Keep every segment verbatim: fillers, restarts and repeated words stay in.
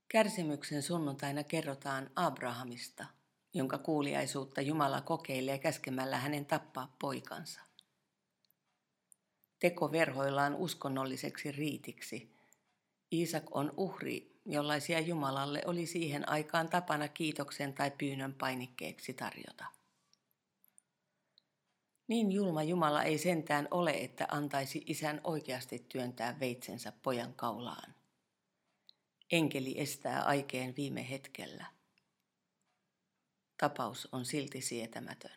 Kärsimyksen sunnuntaina kerrotaan Abrahamista, jonka kuuliaisuutta Jumala kokeilee käskemällä hänen tappaa poikansa. Teko verhoillaan uskonnolliseksi riitiksi. Iisak on uhri, jollaisia Jumalalle oli siihen aikaan tapana kiitoksen tai pyynnön painikkeeksi tarjota. Niin julma Jumala ei sentään ole, että antaisi isän oikeasti työntää veitsensä pojan kaulaan. Enkeli estää aikeen viime hetkellä. Tapaus on silti sietämätön.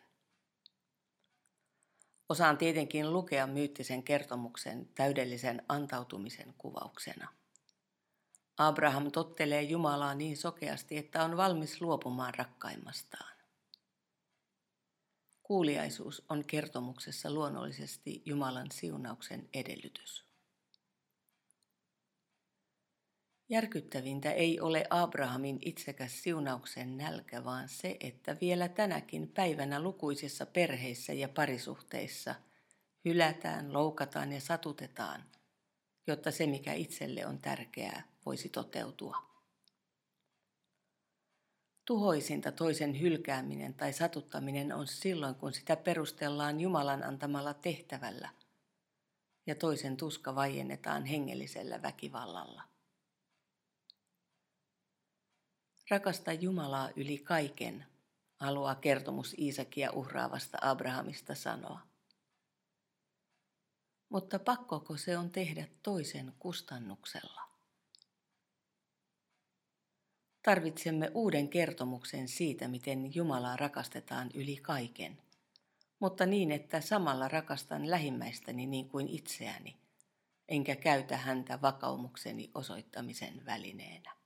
Osaan tietenkin lukea myyttisen kertomuksen täydellisen antautumisen kuvauksena. Abraham tottelee Jumalaa niin sokeasti, että on valmis luopumaan rakkaimmastaan. Kuuliaisuus on kertomuksessa luonnollisesti Jumalan siunauksen edellytys. Järkyttävintä ei ole Abrahamin itsekäs siunauksen nälkä, vaan se, että vielä tänäkin päivänä lukuisissa perheissä ja parisuhteissa hylätään, loukataan ja satutetaan, jotta se, mikä itselle on tärkeää, voisi toteutua. Tuhoisinta toisen hylkääminen tai satuttaminen on silloin, kun sitä perustellaan Jumalan antamalla tehtävällä ja toisen tuska vaiennetaan hengellisellä väkivallalla. Rakasta Jumalaa yli kaiken, haluaa kertomus Iisakia uhraavasta Abrahamista sanoa. Mutta pakkoko se on tehdä toisen kustannuksella? Tarvitsemme uuden kertomuksen siitä, miten Jumalaa rakastetaan yli kaiken, mutta niin, että samalla rakastan lähimmäistäni niin kuin itseäni, enkä käytä häntä vakaumukseni osoittamisen välineenä.